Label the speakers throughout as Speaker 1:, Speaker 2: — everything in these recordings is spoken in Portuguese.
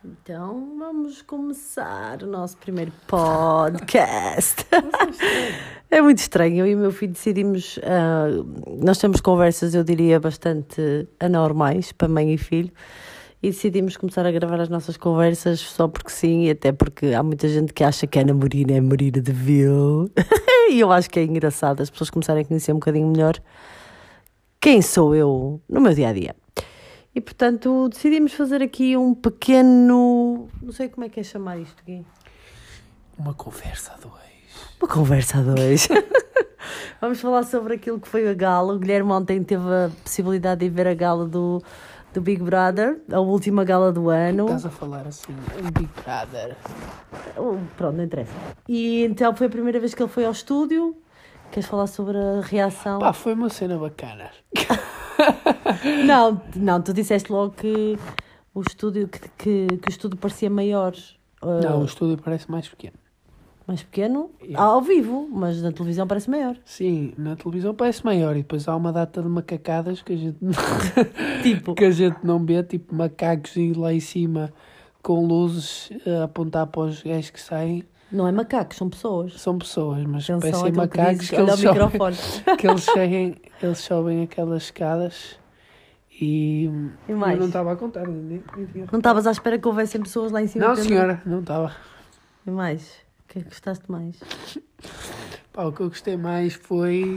Speaker 1: Então vamos começar o nosso primeiro podcast. É muito estranho. Eu e o meu filho decidimos. Nós temos conversas, eu diria, bastante anormais para mãe e filho. E decidimos começar a gravar as nossas conversas só porque sim, e até porque há muita gente que acha que a Ana Marina é Marina de Vil. E eu acho que é engraçado as pessoas começarem a conhecer um bocadinho melhor quem sou eu no meu dia-a-dia. E, portanto, decidimos fazer aqui um pequeno... Não sei como é que é chamar isto, Gui.
Speaker 2: Uma conversa a dois.
Speaker 1: Uma conversa a dois. Vamos falar sobre aquilo que foi a gala. O Guilherme ontem teve a possibilidade de ir ver a gala do Big Brother, a última gala do ano.
Speaker 2: Estás a falar assim, Big Brother.
Speaker 1: Pronto, não interessa. E então foi a primeira vez que ele foi ao estúdio. Queres falar sobre a reação?
Speaker 2: Pá, foi uma cena bacana.
Speaker 1: Não, tu disseste logo que o estúdio, que o estúdio parecia maior.
Speaker 2: Não, o estúdio parece mais pequeno.
Speaker 1: Mais pequeno?
Speaker 2: Yeah.
Speaker 1: Ao vivo, mas na televisão parece maior.
Speaker 2: Sim, na televisão parece maior e depois há uma data de macacadas que a gente
Speaker 1: Tipo?
Speaker 2: que a gente não vê, tipo macacos e lá em cima com luzes a apontar para os gajos que saem.
Speaker 1: Não é macacos, são pessoas.
Speaker 2: São pessoas, mas
Speaker 1: Atenção
Speaker 2: parecem
Speaker 1: àquilo
Speaker 2: macacos
Speaker 1: dizes,
Speaker 2: que
Speaker 1: olha
Speaker 2: eles
Speaker 1: o
Speaker 2: sobem,
Speaker 1: microfone.
Speaker 2: eles sobem aquelas escadas e
Speaker 1: mais?
Speaker 2: eu não estava a contar. Nem tinha...
Speaker 1: Não estavas à espera que houvessem pessoas lá em cima?
Speaker 2: Não, senhora, não estava.
Speaker 1: E mais? O que é que gostaste mais?
Speaker 2: Pá, o que eu gostei mais foi...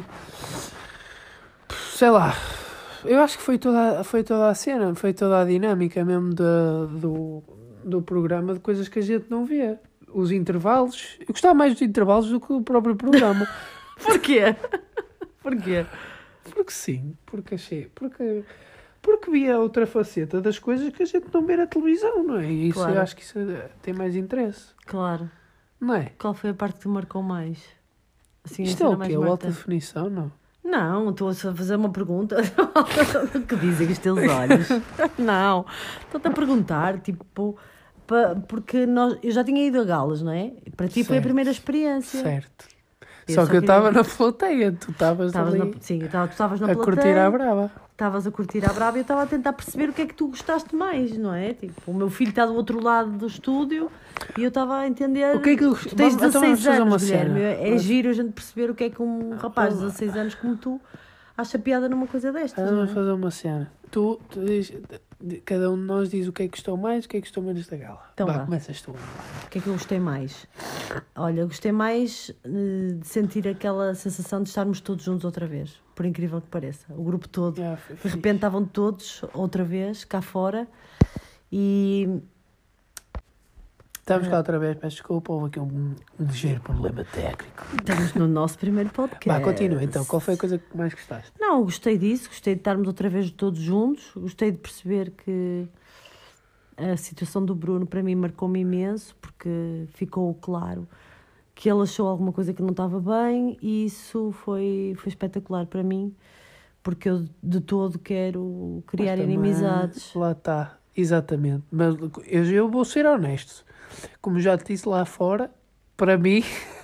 Speaker 2: Sei lá, eu acho que foi toda a cena, foi toda a dinâmica mesmo do programa, de coisas que a gente não vê. Os intervalos, eu gostava mais dos intervalos do que do próprio programa.
Speaker 1: Porquê? Porquê?
Speaker 2: Porque sim, porque via outra faceta das coisas que a gente não vê na televisão, não é? E isso,
Speaker 1: Claro.
Speaker 2: eu acho que isso tem mais interesse,
Speaker 1: Claro.
Speaker 2: não é?
Speaker 1: Qual foi a parte que te marcou mais? Assim, a
Speaker 2: Isto é
Speaker 1: cena
Speaker 2: o
Speaker 1: mais
Speaker 2: quê? A alta
Speaker 1: marcante?
Speaker 2: definição, não?
Speaker 1: Não, estou a fazer uma pergunta. O que dizem os teus olhos? Não, estou-te a perguntar, tipo, porque eu já tinha ido a galas, não é? Para ti foi a
Speaker 2: Certo.
Speaker 1: primeira experiência.
Speaker 2: Certo.
Speaker 1: Eu
Speaker 2: Só
Speaker 1: só
Speaker 2: que eu
Speaker 1: queria-
Speaker 2: estava na plateia, tu estavas ali
Speaker 1: Sim, tu estavas na
Speaker 2: a
Speaker 1: plateia.
Speaker 2: curtir à brava.
Speaker 1: Estavas a curtir à brava e eu estava a tentar perceber o que é que tu gostaste mais, não é? Tipo, o meu filho está do outro lado do estúdio e eu estava a entender...
Speaker 2: O que é que eu
Speaker 1: Tu
Speaker 2: gosto?
Speaker 1: tens
Speaker 2: Então
Speaker 1: 16
Speaker 2: vamos fazer uma
Speaker 1: anos, Guilherme.
Speaker 2: cena.
Speaker 1: É giro a gente perceber o que é que um rapaz de 16 anos como tu acha piada numa coisa destas, não
Speaker 2: Vamos
Speaker 1: é?
Speaker 2: fazer uma cena. Tu dizes, cada um de nós diz o que é que gostou mais, o que é que gostou menos da gala.
Speaker 1: Então vá.
Speaker 2: Começas tu.
Speaker 1: O que é que eu gostei mais? Olha, eu gostei mais de sentir aquela sensação de estarmos todos juntos outra vez, por incrível que pareça. O grupo todo.
Speaker 2: Já, foi
Speaker 1: De
Speaker 2: fixe.
Speaker 1: repente estavam todos outra vez cá fora e...
Speaker 2: Estamos cá outra vez, peço desculpa, houve aqui um ligeiro problema técnico.
Speaker 1: Estamos no nosso primeiro podcast.
Speaker 2: Vá, continua então. Qual foi a coisa que mais gostaste?
Speaker 1: Não, gostei disso, gostei de estarmos outra vez todos juntos, gostei de perceber que a situação do Bruno para mim marcou-me imenso, porque ficou claro que ele achou alguma coisa que não estava bem e isso foi espetacular para mim, porque eu de todo quero criar
Speaker 2: Mas também,
Speaker 1: inimizades.
Speaker 2: Lá está, exatamente. Mas eu vou ser honesto. Como já te disse lá fora, para mim,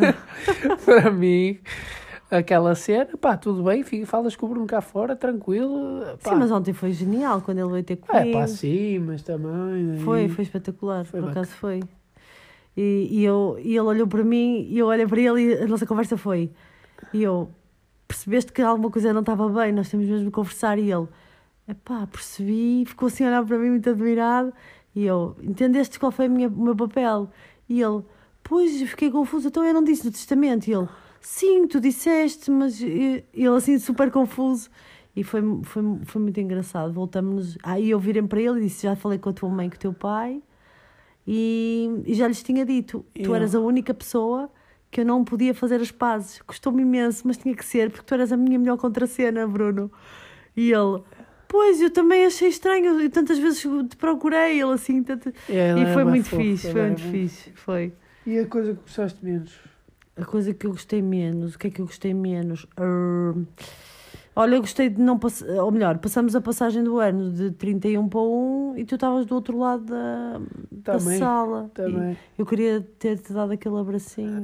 Speaker 2: aquela cena, pá, tudo bem, falas com o Bruno cá fora, tranquilo. Pá.
Speaker 1: Sim, mas ontem foi genial quando ele veio ter comigo.
Speaker 2: Pá, sim, mas também...
Speaker 1: Foi espetacular,
Speaker 2: Foi
Speaker 1: por
Speaker 2: bacana.
Speaker 1: acaso foi. E ele olhou para mim e eu olhei para ele e a nossa conversa foi. E eu, percebeste que alguma coisa não estava bem, nós temos mesmo de conversar. E ele, epá, percebi, ficou assim a olhar para mim muito admirado. E eu, entendeste qual foi o meu papel? E ele, pois, eu fiquei confuso, então eu não disse no testamento. E ele, sim, tu disseste, mas ele assim super confuso. E foi muito engraçado, voltamos-nos. Aí eu virei para ele e disse, já falei com a tua mãe e com o teu pai. E já lhes tinha dito, tu eras a única pessoa que eu não podia fazer as pazes. Custou-me imenso, mas tinha que ser, porque tu eras a minha melhor contracena, Bruno. E ele, pois, eu também achei estranho, eu tantas vezes te procurei, ele assim, e foi muito fixe, foi muito fixe, foi.
Speaker 2: E a coisa que gostaste menos?
Speaker 1: A coisa que eu gostei menos, o que é que eu gostei menos? Olha, eu gostei de não passar, ou melhor, passamos a passagem do ano de 31 para 1 e tu estavas do outro lado da
Speaker 2: Também,
Speaker 1: sala.
Speaker 2: também.
Speaker 1: E eu queria ter-te dado aquele abracinho.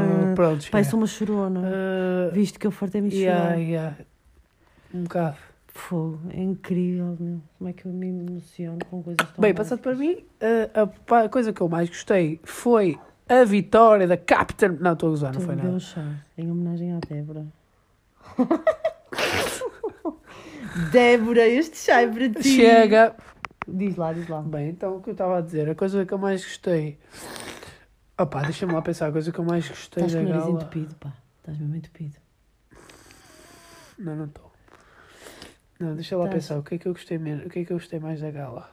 Speaker 2: Pronto,
Speaker 1: Pai, sou uma chorona. Visto que eu fartei-me chorar.
Speaker 2: Um bocado.
Speaker 1: Fogo, é incrível, meu. Como é que eu me emociono com coisas tão
Speaker 2: Bem,
Speaker 1: básicas.
Speaker 2: passado para mim, a coisa que eu mais gostei foi a vitória da Captain... Não, estou a gozar, não
Speaker 1: Tu
Speaker 2: foi
Speaker 1: bebeu
Speaker 2: nada.
Speaker 1: um chá, em homenagem à Débora. Débora, este chá é para ti.
Speaker 2: Chega!
Speaker 1: Diz lá.
Speaker 2: Bem, então o que eu estava a dizer, a coisa que eu mais gostei... Opá, deixa-me lá pensar, a coisa que eu mais gostei
Speaker 1: Estás
Speaker 2: da
Speaker 1: com o nariz
Speaker 2: gala...
Speaker 1: entupido, pá. Estás mesmo entupido.
Speaker 2: Não estou. Não, deixa lá
Speaker 1: Estás.
Speaker 2: pensar, o que é que eu gostei menos, o que é que eu gostei mais da gala?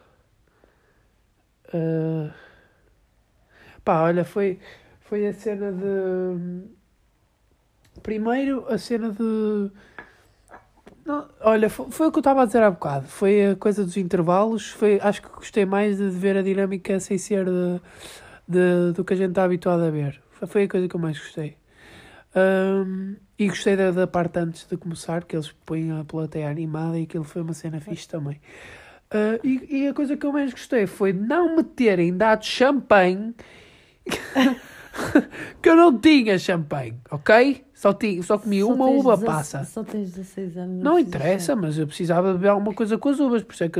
Speaker 2: Pá, olha, foi a cena de... Primeiro, a cena de... Não, olha, foi o que eu estava a dizer há bocado. Foi a coisa dos intervalos. Acho que gostei mais de ver a dinâmica sem ser do que a gente está habituado a ver. Foi a coisa que eu mais gostei. E gostei da parte antes de começar, que eles põem a plateia animada e aquilo foi uma cena fixe também. E a coisa que eu mais gostei foi não me terem dado champanhe que eu não tinha champanhe, ok? Só comi uma uva passa.
Speaker 1: Só tens 16 anos.
Speaker 2: Não
Speaker 1: precisas
Speaker 2: interessa, mas eu precisava beber alguma coisa com as uvas, por isso é que eu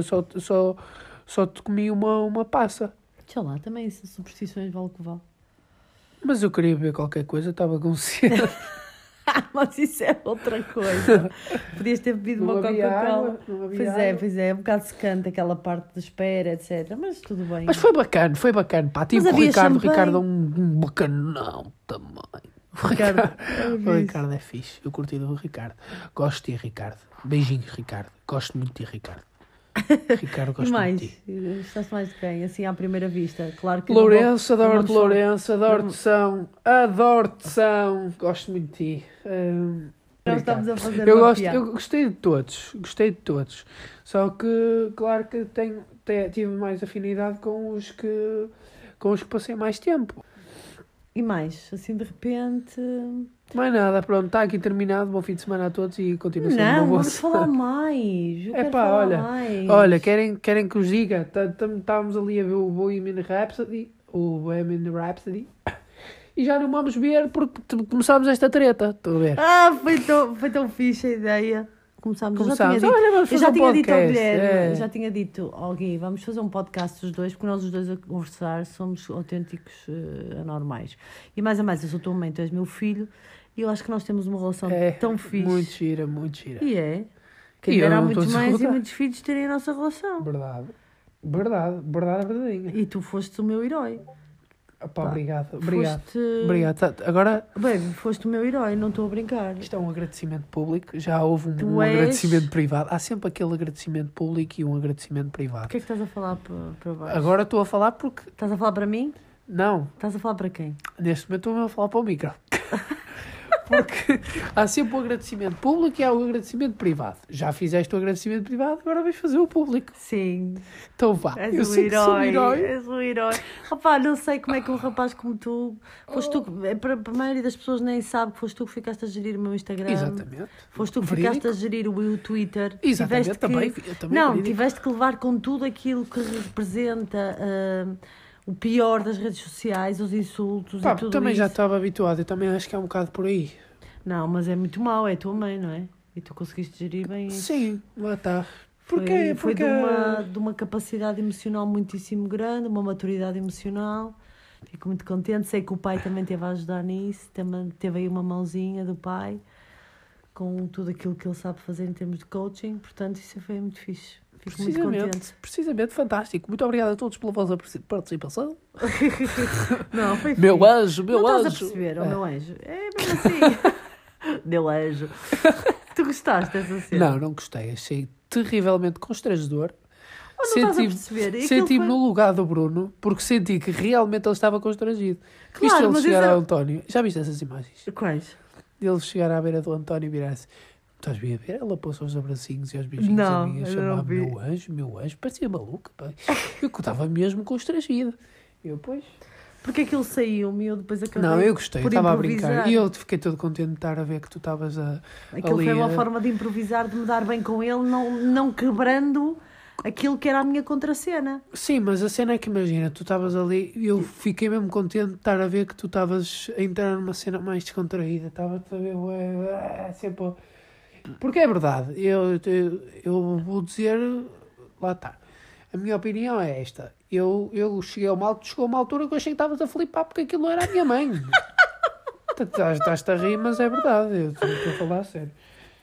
Speaker 2: só te comi uma passa.
Speaker 1: Sei lá, também essas superstições vale o que vale.
Speaker 2: Mas eu queria beber qualquer coisa, estava com sede.
Speaker 1: Mas isso é outra coisa. Podias ter bebido uma
Speaker 2: Não havia
Speaker 1: Coca-Cola.
Speaker 2: água, não havia
Speaker 1: Pois é um bocado secante aquela parte de espera, etc. Mas tudo bem.
Speaker 2: Mas foi bacana, pá. Tive
Speaker 1: Mas
Speaker 2: com o
Speaker 1: havia
Speaker 2: Ricardo,
Speaker 1: champanhe.
Speaker 2: o Ricardo é um bacanão também. O Ricardo é fixe, eu curti do Ricardo. Gosto de ti, Ricardo. Beijinhos, Ricardo. Gosto muito de ti, Ricardo. Ricardo,
Speaker 1: E
Speaker 2: gosto
Speaker 1: mais?
Speaker 2: muito de ti.
Speaker 1: Gostaste mais de quem? Assim, à primeira vista. Claro que
Speaker 2: Lourenço,
Speaker 1: não
Speaker 2: adoro-te,
Speaker 1: vamos falar-
Speaker 2: Lourenço, adoro-te, São. Adoro-te, São. Gosto muito de ti.
Speaker 1: Nós estamos a fazer
Speaker 2: Eu
Speaker 1: uma piada.
Speaker 2: gostei de todos. Só que, claro que tive mais afinidade com os que passei mais tempo.
Speaker 1: E mais? Assim, de repente...
Speaker 2: Mais nada, pronto, está aqui terminado. Bom fim de semana a todos e continuação de
Speaker 1: Não,
Speaker 2: uma boa
Speaker 1: vamos falar mais. Eu quero
Speaker 2: Epá,
Speaker 1: falar mais.
Speaker 2: olha, querem que os diga? Estávamos ali a ver o Bohemian Rhapsody, e já não vamos ver porque começámos esta treta, estou a ver.
Speaker 1: Foi tão fixe a ideia. Começámos.
Speaker 2: Começámos.
Speaker 1: Eu
Speaker 2: Olha, vamos
Speaker 1: já
Speaker 2: fazer
Speaker 1: tinha
Speaker 2: um
Speaker 1: dito ao
Speaker 2: podcast,
Speaker 1: Guilherme,
Speaker 2: é.
Speaker 1: já tinha dito ao Gui, vamos fazer um podcast os dois, porque nós os dois a conversar somos autênticos anormais. E mais a mais, eu sou tua mãe, tu és meu filho, e eu acho que nós temos uma relação tão fixe.
Speaker 2: Muito gira, muito gira.
Speaker 1: E é. Quem
Speaker 2: E eu
Speaker 1: dera há
Speaker 2: não
Speaker 1: muitos
Speaker 2: estou a
Speaker 1: mães e
Speaker 2: discordar.
Speaker 1: muitos filhos terem a nossa relação.
Speaker 2: Verdade verdadeira.
Speaker 1: E tu foste o meu herói.
Speaker 2: Opa, obrigado.
Speaker 1: Foste...
Speaker 2: Agora,
Speaker 1: Baby, foste o meu herói, não estou a brincar.
Speaker 2: isto é um agradecimento público. Já houve
Speaker 1: Tu
Speaker 2: um
Speaker 1: és-
Speaker 2: agradecimento privado. Há sempre aquele agradecimento público e um agradecimento privado.
Speaker 1: O que é que estás a falar para baixo?
Speaker 2: Agora estou a falar porque...
Speaker 1: Estás a falar para mim?
Speaker 2: Não,
Speaker 1: Estás a falar para quem?
Speaker 2: neste momento estou a falar para o micro. Porque há sempre o agradecimento público e há o agradecimento privado. Já fizeste o agradecimento privado, agora vais fazer o público.
Speaker 1: Sim.
Speaker 2: Então vá,
Speaker 1: És
Speaker 2: eu
Speaker 1: um
Speaker 2: sei que sou um herói.
Speaker 1: És um herói. Opa, não sei como é que um rapaz como tu... Foste tu para a maioria das pessoas nem sabe que foste tu que ficaste a gerir o meu Instagram.
Speaker 2: Exatamente.
Speaker 1: Foste tu que
Speaker 2: Verídico.
Speaker 1: ficaste a gerir o Twitter.
Speaker 2: Exatamente,
Speaker 1: Tiveste
Speaker 2: eu também
Speaker 1: Não,
Speaker 2: verídico.
Speaker 1: tiveste que levar com tudo aquilo que representa o pior das redes sociais, os insultos
Speaker 2: Pá,
Speaker 1: e tudo
Speaker 2: também
Speaker 1: isso.
Speaker 2: já estava habituado, eu também acho que é um bocado por aí.
Speaker 1: Não, mas é muito mau, é a tua mãe, não é? E tu conseguiste gerir bem isso.
Speaker 2: Sim, lá está.
Speaker 1: Foi
Speaker 2: Porquê? Porque...
Speaker 1: de uma capacidade emocional muitíssimo grande, uma maturidade emocional. Fico muito contente. Sei que o pai também teve a ajudar nisso. Também teve aí uma mãozinha do pai com tudo aquilo que ele sabe fazer em termos de coaching. Portanto, isso foi muito fixe. Fico muito contente.
Speaker 2: Precisamente, fantástico. Muito obrigado a todos pela vossa participação.
Speaker 1: Não, foi
Speaker 2: Meu
Speaker 1: fixe.
Speaker 2: anjo, meu
Speaker 1: Não
Speaker 2: anjo.
Speaker 1: estás a perceber, oh, meu anjo. É mesmo assim. Meu anjo. Tu gostaste dessa cena?
Speaker 2: Não gostei. Achei terrivelmente constrangedor.
Speaker 1: Ou não estás a perceber? Aquilo
Speaker 2: Senti-me
Speaker 1: foi-
Speaker 2: no lugar do Bruno, porque senti que realmente ele estava constrangido.
Speaker 1: Claro,
Speaker 2: Viste ele
Speaker 1: mas
Speaker 2: chegar
Speaker 1: isso é-
Speaker 2: ao António? Já viste essas imagens?
Speaker 1: Quais?
Speaker 2: Ele chegar à beira do António e virar-se. Estás bem a ver? Ela pôs os abracinhos e os beijinhos
Speaker 1: Não,
Speaker 2: a mim a
Speaker 1: eu não
Speaker 2: chamar
Speaker 1: vi.
Speaker 2: meu anjo. Parecia maluca, pá. Eu estava mesmo constrangido. Eu, pois...
Speaker 1: Porque aquilo saiu-me e eu depois acabei
Speaker 2: Não, eu gostei, eu
Speaker 1: por
Speaker 2: estava a
Speaker 1: improvisar.
Speaker 2: brincar. E eu fiquei todo contente de estar a ver que tu estavas
Speaker 1: Aquilo
Speaker 2: ali
Speaker 1: foi uma
Speaker 2: a-
Speaker 1: forma de improvisar, de me dar bem com ele, não quebrando aquilo que era a minha contracena.
Speaker 2: Sim, mas a cena é que imagina, tu estavas ali e eu fiquei mesmo contente de estar a ver que tu estavas a entrar numa cena mais descontraída. Estava-te a ver, sempre... Porque é verdade. Eu vou dizer... Lá está. A minha opinião é esta. Chegou a uma altura que eu achei que estavas a flipar porque aquilo era a minha mãe. Estás-te a rir, mas é verdade. Eu estou a falar a sério.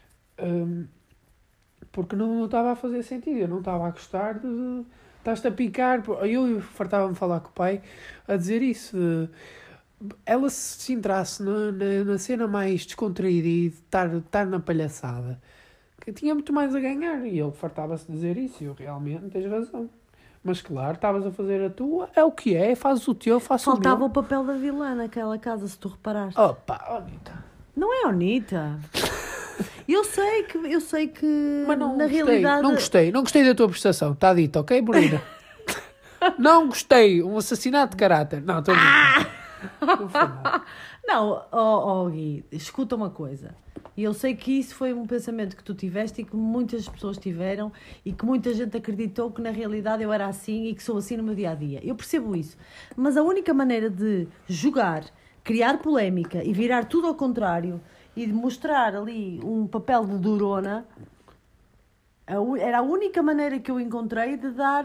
Speaker 2: Porque não estava a fazer sentido. Eu não estava a gostar de... Estás-te a picar. Eu fartava-me falar com o pai a dizer isso. Ela se entrasse na cena mais descontraída e de estar na palhaçada, que tinha muito mais a ganhar. E ele fartava-se de dizer isso. E eu realmente tens razão. Mas claro, estavas a fazer a tua. É o que é. Fazes o teu, faço o meu.
Speaker 1: Faltava o papel da vilã naquela casa, se tu reparaste.
Speaker 2: Opa, Onita.
Speaker 1: Não é Onita. Eu sei que
Speaker 2: Mas não
Speaker 1: na
Speaker 2: gostei,
Speaker 1: realidade...
Speaker 2: não gostei da tua prestação. Está dito, ok, Bruna? Não gostei. Um assassinato de caráter. Não, estou a brincar. Não foi nada.
Speaker 1: Não, Gui, escuta uma coisa. E eu sei que isso foi um pensamento que tu tiveste e que muitas pessoas tiveram e que muita gente acreditou que na realidade eu era assim e que sou assim no meu dia-a-dia. Eu percebo isso. Mas a única maneira de jogar, criar polémica e virar tudo ao contrário e de mostrar ali um papel de durona, era a única maneira que eu encontrei de dar,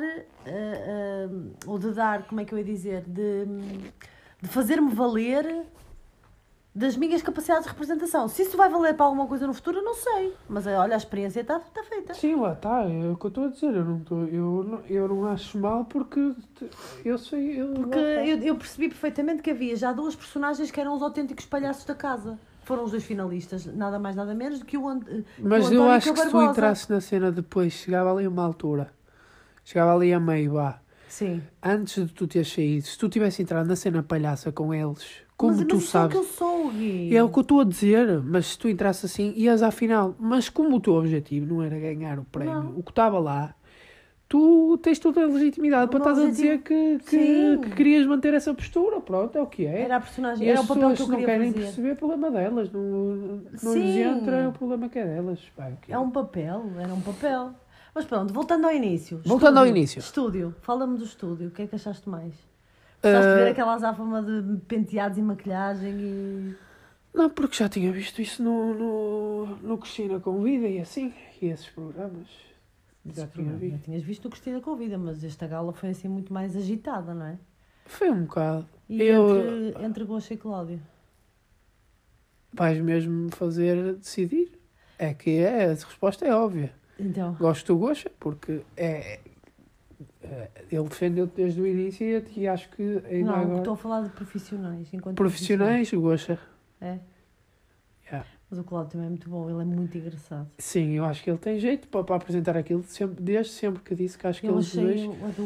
Speaker 1: como é que eu ia dizer, de fazer-me valer das minhas capacidades de representação. Se isso vai valer para alguma coisa no futuro, eu não sei. Mas olha, a experiência está feita.
Speaker 2: Sim, lá está. É o que eu estou a dizer. Eu não acho mal porque eu sei...
Speaker 1: Porque eu percebi perfeitamente que havia já duas personagens que eram os autênticos palhaços da casa. Foram os dois finalistas, nada mais nada menos do que o António.
Speaker 2: Mas eu acho que se tu entrasses na cena depois, chegava ali uma altura, chegava ali a meio,
Speaker 1: Sim.
Speaker 2: Antes de tu teres saído, se tu tivesse entrado na cena palhaça com eles, como tu sabes...
Speaker 1: Mas é o que eu sou, Gui.
Speaker 2: É o que eu estou a dizer, mas se tu entrasses assim, ias à final. Mas como o teu objetivo não era ganhar o prémio, o que estava lá, tu tens toda a legitimidade para estás a dizer que querias manter essa postura. Pronto, é o que é.
Speaker 1: Era a personagem,
Speaker 2: e
Speaker 1: era o papel que eu
Speaker 2: não
Speaker 1: queria
Speaker 2: querem
Speaker 1: fazer.
Speaker 2: perceber o problema delas. Não lhes entra o problema que é delas. Pá, okay.
Speaker 1: Era um papel. Mas pronto, voltando ao início.
Speaker 2: Voltando ao início.
Speaker 1: Estúdio, fala-me do estúdio. O que é que achaste mais? Gostaste de ver aquela azáfama de penteados e maquilhagem e...
Speaker 2: Não, porque já tinha visto isso no Cristina Convida e assim, e esses programas. Já
Speaker 1: tinhas visto o Cristina Convida, mas esta gala foi assim muito mais agitada, não é?
Speaker 2: Foi um bocado.
Speaker 1: E entre Gosha e Cláudio?
Speaker 2: Vais mesmo fazer decidir? É que a resposta é óbvia.
Speaker 1: Então.
Speaker 2: Gosto do Gosha porque ele defendeu-te desde o início e acho que ainda
Speaker 1: não,
Speaker 2: agora...
Speaker 1: estou a falar de profissionais.
Speaker 2: Profissionais, o Gosha.
Speaker 1: É?
Speaker 2: Yeah.
Speaker 1: Mas o Cláudio também é muito bom, ele é muito engraçado.
Speaker 2: Sim, eu acho que ele tem jeito para apresentar aquilo, desde sempre que disse que acho que eles dois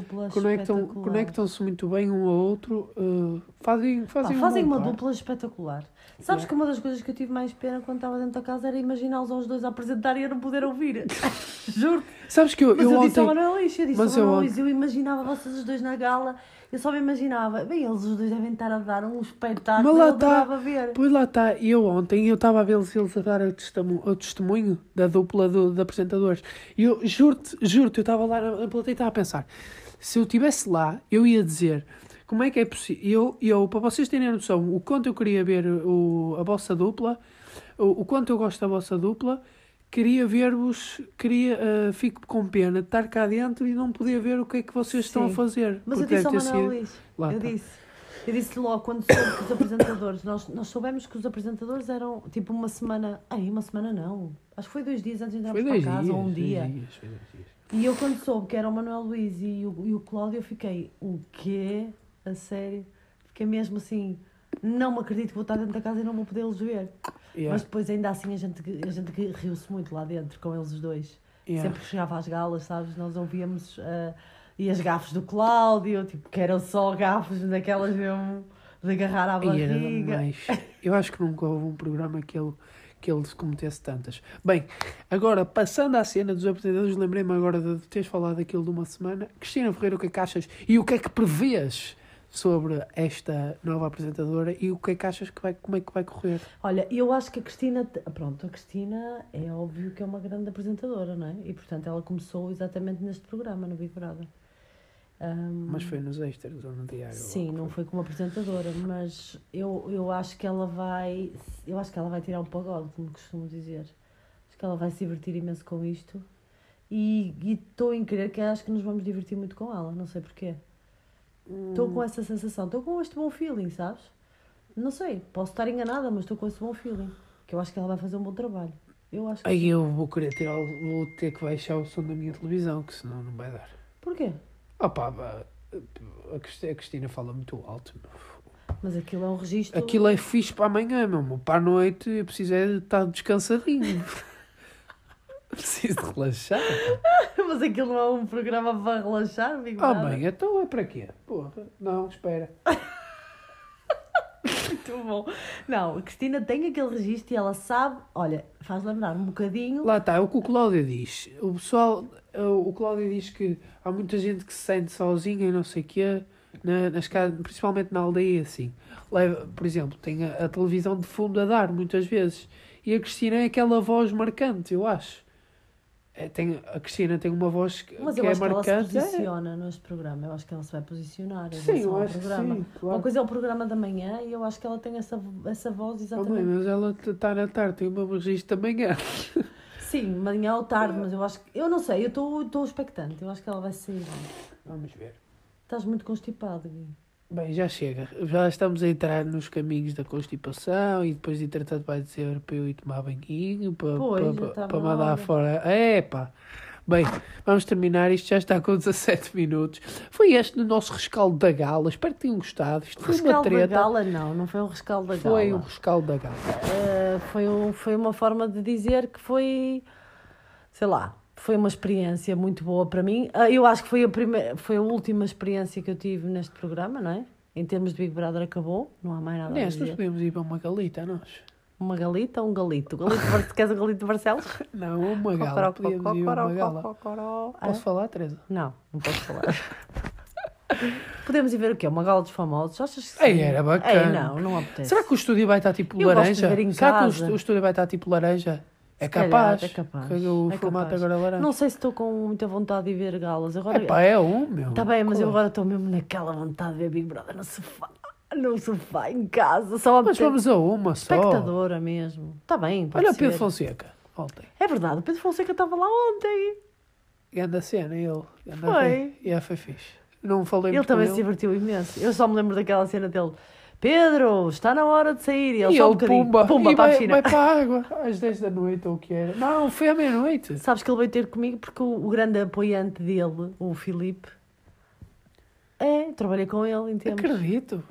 Speaker 2: conectam-se muito bem um ao outro, fazem
Speaker 1: uma dupla espetacular. Sabes que uma das coisas que eu tive mais pena quando estava dentro da casa era imaginá-los aos dois a apresentar e eu não poder ouvir. Juro.
Speaker 2: Sabes que eu
Speaker 1: disse ao Manuel Luís, eu imaginava vocês os dois na gala. Eu só me imaginava, bem, eles os dois devem estar a dar um espetáculo, eu adorava ver.
Speaker 2: Pois lá está, e eu ontem eu estava a ver eles a dar o testemunho da dupla de apresentadores. E eu juro-te, eu estava lá na plateia e estava a pensar, se eu estivesse lá, eu ia dizer, como é que é possível, eu para vocês terem a noção, o quanto eu queria ver a vossa dupla, o quanto eu gosto da vossa dupla, queria ver-vos, fico com pena de estar cá dentro e não poder ver o que é que vocês estão a fazer.
Speaker 1: Mas eu disse ao Manuel Luís, eu disse logo, quando soube que os apresentadores, nós soubemos que os apresentadores eram tipo uma semana não, acho que foi 2 dias antes de entrarmos para casa, ou um dia.
Speaker 2: 2 dias.
Speaker 1: E eu quando soube que era o Manuel Luís e o Cláudio, eu fiquei, o quê? A sério? Fiquei mesmo assim, não me acredito que vou estar dentro da casa e não vou poder-los ver.
Speaker 2: Yeah.
Speaker 1: Mas depois ainda assim a gente riu-se muito lá dentro com eles os dois. Sempre que chegava às galas, sabes, nós ouvíamos e as gafes do Cláudio, tipo, que eram só gafes daquelas mesmo de agarrar à barriga.
Speaker 2: Eu acho que nunca houve um programa que ele se cometesse tantas. Bem, agora passando à cena dos apresentadores, lembrei-me agora de teres falado daquilo de uma semana. Cristina Ferreira, o que é que achas e o que é que prevês sobre esta nova apresentadora e o que é que achas como é que vai correr?
Speaker 1: Olha, eu acho que a Cristina é óbvio que é uma grande apresentadora, não é? E portanto ela começou exatamente neste programa, no Big Brother.
Speaker 2: Mas foi nos extras ou no diário?
Speaker 1: Sim, não foi como apresentadora, mas eu acho que ela vai tirar um pagode, como costumo dizer. Acho que ela vai se divertir imenso com isto. E estou em crer que acho que nos vamos divertir muito com ela, não sei porquê. Estou com essa sensação, estou com este bom feeling, sabes? Não sei, posso estar enganada, mas estou com esse bom feeling. Que eu acho que ela vai fazer um bom trabalho. Eu acho que
Speaker 2: Aí
Speaker 1: sim.
Speaker 2: eu vou querer vou ter que baixar o som da minha televisão, que senão não vai dar.
Speaker 1: Porquê?
Speaker 2: Opa, a Cristina fala muito alto, meu.
Speaker 1: Mas aquilo é um registro...
Speaker 2: Aquilo é fixe para amanhã, meu. Para a noite eu preciso é de estar descansadinho. Preciso de relaxar.
Speaker 1: Mas aquilo não é um programa para relaxar, Big Brother?
Speaker 2: Mãe, então é para quê? Porra, não, espera.
Speaker 1: Muito bom. Não, a Cristina tem aquele registro e ela sabe... Olha, faz lembrar um bocadinho...
Speaker 2: Lá está, é o que o Cláudio diz. O pessoal, o Cláudio diz que há muita gente que se sente sozinha e não sei o quê, nas casas, principalmente na aldeia, assim. Leva, por exemplo, tem a televisão de fundo a dar, muitas vezes. E a Cristina é aquela voz marcante, eu acho. A Cristina tem uma voz que
Speaker 1: Mas eu
Speaker 2: é
Speaker 1: acho que ela
Speaker 2: marcante.
Speaker 1: se posiciona neste programa. Eu acho que ela se vai posicionar em
Speaker 2: Sim,
Speaker 1: relação
Speaker 2: eu
Speaker 1: ao
Speaker 2: acho que
Speaker 1: programa.
Speaker 2: sim, claro.
Speaker 1: Uma coisa é o programa da manhã e eu acho que ela tem essa voz
Speaker 2: Mãe,
Speaker 1: exatamente.
Speaker 2: mas ela está na tarde, tem o meu registro da manhã.
Speaker 1: Sim, manhã ou tarde, mas eu acho que... Eu não sei, eu estou expectante. Eu acho que ela vai sair bem.
Speaker 2: Vamos ver.
Speaker 1: Estás muito constipado, Gui.
Speaker 2: Bem, já chega. Já estamos a entrar nos caminhos da constipação e depois, entretanto, vai dizer para eu ir tomar banhinho,
Speaker 1: Pois, já está
Speaker 2: para
Speaker 1: na
Speaker 2: mandar
Speaker 1: hora.
Speaker 2: fora. Epá! Bem, vamos terminar. Isto já está com 17 minutos. Foi este no nosso rescaldo da gala. Espero que tenham gostado. Isto foi uma
Speaker 1: Rescaldo da
Speaker 2: treta.
Speaker 1: gala, não foi um rescaldo da gala.
Speaker 2: Foi um rescaldo da gala.
Speaker 1: Foi uma forma de dizer que foi, sei lá, foi uma experiência muito boa para mim. Eu acho que foi a última experiência que eu tive neste programa, não é? Em termos de Big Brother acabou, não há mais nada a
Speaker 2: Nós
Speaker 1: dizer.
Speaker 2: podemos ir para uma galita, nós.
Speaker 1: Uma galita ou um galito? Queres um galito de Barcelos?
Speaker 2: Não, uma gala. Podíamos ir a uma gala. Posso falar, Teresa?
Speaker 1: Não posso falar. Podemos ir ver o quê? Uma gala dos famosos? Achas que sim?
Speaker 2: Ei, era bacana.
Speaker 1: Não apetece.
Speaker 2: Será que o estúdio vai estar tipo
Speaker 1: Eu gosto de
Speaker 2: laranja?
Speaker 1: ver em
Speaker 2: Será
Speaker 1: casa.
Speaker 2: que o estúdio vai estar tipo laranja? É
Speaker 1: Se calhar,
Speaker 2: capaz.
Speaker 1: é capaz.
Speaker 2: Que o
Speaker 1: É
Speaker 2: formato
Speaker 1: capaz.
Speaker 2: agora é laranja.
Speaker 1: Não sei se estou com muita vontade de ver galas. Agora,
Speaker 2: Epá, é meu.
Speaker 1: Está bem, mas eu
Speaker 2: Claro.
Speaker 1: agora estou mesmo naquela vontade de ver Big Brother no sofá, em casa, só a
Speaker 2: Mas
Speaker 1: meter
Speaker 2: vamos a uma só.
Speaker 1: espectadora mesmo. Está bem, pode
Speaker 2: Olha o
Speaker 1: ser.
Speaker 2: Pedro Fonseca. Ontem.
Speaker 1: É verdade, o Pedro Fonseca estava lá ontem.
Speaker 2: Ganda cena, ele. Ganda
Speaker 1: Foi.
Speaker 2: rei. E foi fixe. Não falei
Speaker 1: Ele
Speaker 2: muito
Speaker 1: também
Speaker 2: com
Speaker 1: se divertiu imenso. Eu só me lembro daquela cena dele. Pedro, está na hora de sair. E ele
Speaker 2: E
Speaker 1: só um
Speaker 2: ele,
Speaker 1: bocadinho.
Speaker 2: pumba.
Speaker 1: Pumba
Speaker 2: E
Speaker 1: para a
Speaker 2: vai,
Speaker 1: piscina.
Speaker 2: vai para a água. Às 10 da noite ou o que era. Não, foi à meia-noite.
Speaker 1: Sabes que ele veio ter comigo porque o grande apoiante dele, o Filipe, trabalhei com ele em tempos.
Speaker 2: Acredito.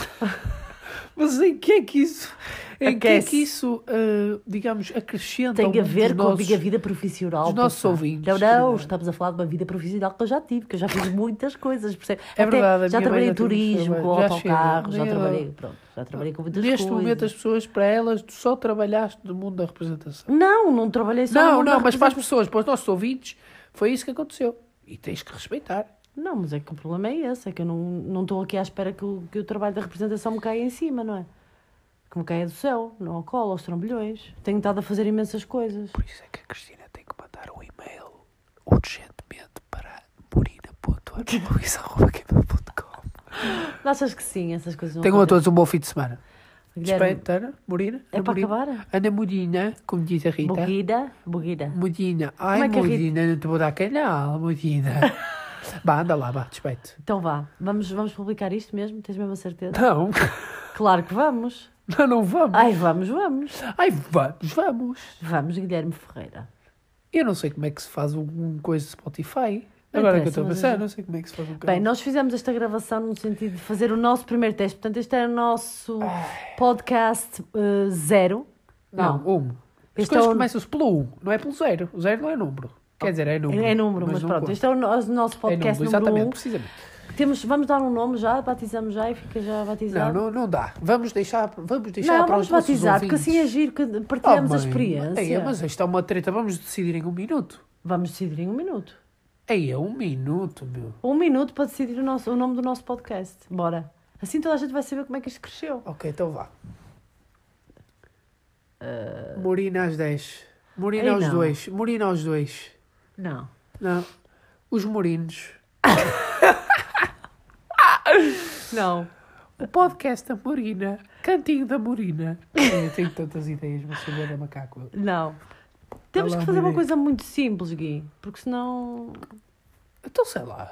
Speaker 2: Mas em que é que isso... Em que é
Speaker 1: Aquece.
Speaker 2: que isso, digamos, acrescenta
Speaker 1: Tem
Speaker 2: ao
Speaker 1: a
Speaker 2: mundo
Speaker 1: ver
Speaker 2: dos
Speaker 1: com a
Speaker 2: nossos-
Speaker 1: minha vida profissional.
Speaker 2: dos nossos
Speaker 1: papá.
Speaker 2: ouvintes,
Speaker 1: Não,
Speaker 2: querida.
Speaker 1: estamos a falar de uma vida profissional que eu já tive, que eu já fiz muitas coisas. Percebe?
Speaker 2: É verdade, a
Speaker 1: Já
Speaker 2: minha mãe
Speaker 1: trabalhei
Speaker 2: já
Speaker 1: em
Speaker 2: teve muito
Speaker 1: turismo, com
Speaker 2: trabalho. Já
Speaker 1: autocarros,
Speaker 2: chega.
Speaker 1: já trabalhei, já trabalhei com muitas
Speaker 2: Neste
Speaker 1: coisas.
Speaker 2: momento, as pessoas, para elas, tu só trabalhaste no mundo da representação.
Speaker 1: Não trabalhei só no
Speaker 2: Não,
Speaker 1: mundo da
Speaker 2: mas para as
Speaker 1: representação.
Speaker 2: pessoas, para os nossos ouvintes, foi isso que aconteceu. E tens que respeitar.
Speaker 1: Não, mas é que o problema é esse, é que eu não estou aqui à espera que o trabalho da representação me caia em cima, não é? Que me caia do céu, não ao colo, aos trambolhões. Tenho estado a fazer imensas coisas.
Speaker 2: Por isso é que a Cristina tem que mandar um e-mail urgentemente para morina.arroz.com.
Speaker 1: Achas que sim, essas coisas não
Speaker 2: Tenham a
Speaker 1: acontecem?
Speaker 2: todos um bom fim de semana.
Speaker 1: Guilherme,
Speaker 2: Respeito, Ana, Morina.
Speaker 1: é para
Speaker 2: Morina.
Speaker 1: acabar?
Speaker 2: Ana Morina, como diz a Rita.
Speaker 1: Buguida.
Speaker 2: Morina.
Speaker 1: Como
Speaker 2: Ai,
Speaker 1: é que a Rita-
Speaker 2: Morina, não te vou dar canal, Morina. Vá, anda lá, vá, despeito.
Speaker 1: Então vá, vamos publicar isto mesmo? Tens mesmo a certeza?
Speaker 2: Não,
Speaker 1: Claro que vamos.
Speaker 2: não vamos.
Speaker 1: Ai, vamos.
Speaker 2: Ai, vamos.
Speaker 1: Vamos, Guilherme Ferreira.
Speaker 2: Eu não sei como é que se faz um coisa de Spotify. Agora que eu estou a
Speaker 1: interessa,
Speaker 2: pensar,
Speaker 1: mas-
Speaker 2: não sei como é que se faz um canal.
Speaker 1: Bem, nós fizemos esta gravação no sentido de fazer o nosso primeiro teste. Portanto, este é o nosso podcast 0.
Speaker 2: Não, As
Speaker 1: Este
Speaker 2: coisas
Speaker 1: é o-
Speaker 2: começam-se pelo 1, não é pelo 0. O 0 não é número. Quer dizer, é número.
Speaker 1: É número, mas
Speaker 2: não
Speaker 1: pronto.
Speaker 2: conta.
Speaker 1: Este é o nosso podcast número
Speaker 2: exatamente,
Speaker 1: 1.
Speaker 2: precisamente.
Speaker 1: Vamos dar um nome já, batizamos já e fica já batizado.
Speaker 2: Não dá. Vamos deixar para
Speaker 1: Não,
Speaker 2: os
Speaker 1: vamos
Speaker 2: nossos
Speaker 1: batizar, porque
Speaker 2: ouvintes.
Speaker 1: assim é giro, que partilhamos a
Speaker 2: mãe,
Speaker 1: experiência.
Speaker 2: Ei, mas isto é uma treta, vamos decidir em 1 minuto.
Speaker 1: Vamos decidir em 1 minuto.
Speaker 2: Ei, é 1 minuto, meu.
Speaker 1: 1 minuto para decidir o nome do nosso podcast. Bora. Assim toda a gente vai saber como é que isto cresceu.
Speaker 2: Ok, então vá. Morina às 10. Morina
Speaker 1: Ei,
Speaker 2: aos
Speaker 1: não.
Speaker 2: 2. Morina aos 2.
Speaker 1: Não.
Speaker 2: Não. Os Morinos.
Speaker 1: Não.
Speaker 2: O podcast da Morina. Cantinho da Morina. Eu tenho tantas ideias, mas sou da macaco.
Speaker 1: Não. Temos
Speaker 2: lá
Speaker 1: que fazer uma
Speaker 2: ideia.
Speaker 1: coisa muito simples, Gui, porque senão...
Speaker 2: Então sei lá.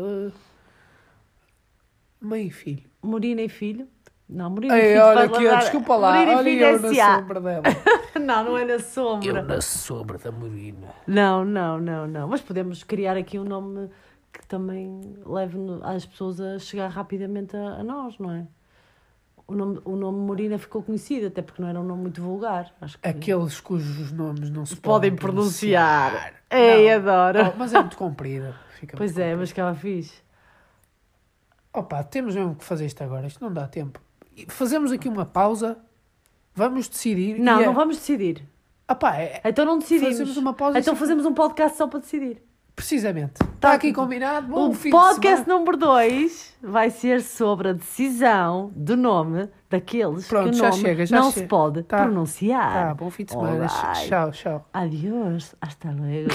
Speaker 2: Mãe e filho.
Speaker 1: Morina e filho? Não, Morina e
Speaker 2: Ei,
Speaker 1: filho
Speaker 2: olha
Speaker 1: faz
Speaker 2: aqui,
Speaker 1: lembrar-
Speaker 2: desculpa lá.
Speaker 1: Morina e
Speaker 2: Olha
Speaker 1: filho
Speaker 2: eu
Speaker 1: é
Speaker 2: na
Speaker 1: S.A.
Speaker 2: sombra dela.
Speaker 1: Não, não é na sombra.
Speaker 2: Eu na sombra da Morina.
Speaker 1: Não. Mas podemos criar aqui um nome que também leve as pessoas a chegar rapidamente a nós, não é? O nome Morina ficou conhecido, até porque não era um nome muito vulgar. Acho que
Speaker 2: Aqueles cujos nomes não se
Speaker 1: podem pronunciar. Ei,
Speaker 2: Não.
Speaker 1: adoro.
Speaker 2: Oh, mas é muito comprida. Fica
Speaker 1: Pois
Speaker 2: muito
Speaker 1: é,
Speaker 2: comprida.
Speaker 1: mas que ela fiz.
Speaker 2: Opa, temos mesmo que fazer isto agora. Isto não dá tempo. Fazemos aqui uma pausa. Vamos decidir.
Speaker 1: Não,
Speaker 2: e
Speaker 1: não vamos decidir.
Speaker 2: Opa,
Speaker 1: Então não decidimos.
Speaker 2: Fazemos uma pausa.
Speaker 1: Então fazemos um podcast só para decidir.
Speaker 2: Precisamente. Está aqui combinado. Bom
Speaker 1: O
Speaker 2: fim de
Speaker 1: podcast
Speaker 2: semana.
Speaker 1: número 2 vai ser sobre a decisão do nome daqueles
Speaker 2: Pronto,
Speaker 1: que o
Speaker 2: já
Speaker 1: nome
Speaker 2: chega, já
Speaker 1: não
Speaker 2: chega.
Speaker 1: se pode
Speaker 2: Tá.
Speaker 1: pronunciar.
Speaker 2: Tá, bom fim de semana.
Speaker 1: Alright.
Speaker 2: Tchau.
Speaker 1: Adiós. Hasta luego.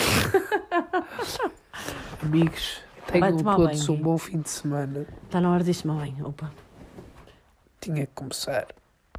Speaker 2: Amigos,
Speaker 1: Vai
Speaker 2: tenham
Speaker 1: tomar
Speaker 2: todos
Speaker 1: banho,
Speaker 2: um bom fim de semana.
Speaker 1: Está na hora de tomar banho. Opa.
Speaker 2: Tinha que começar.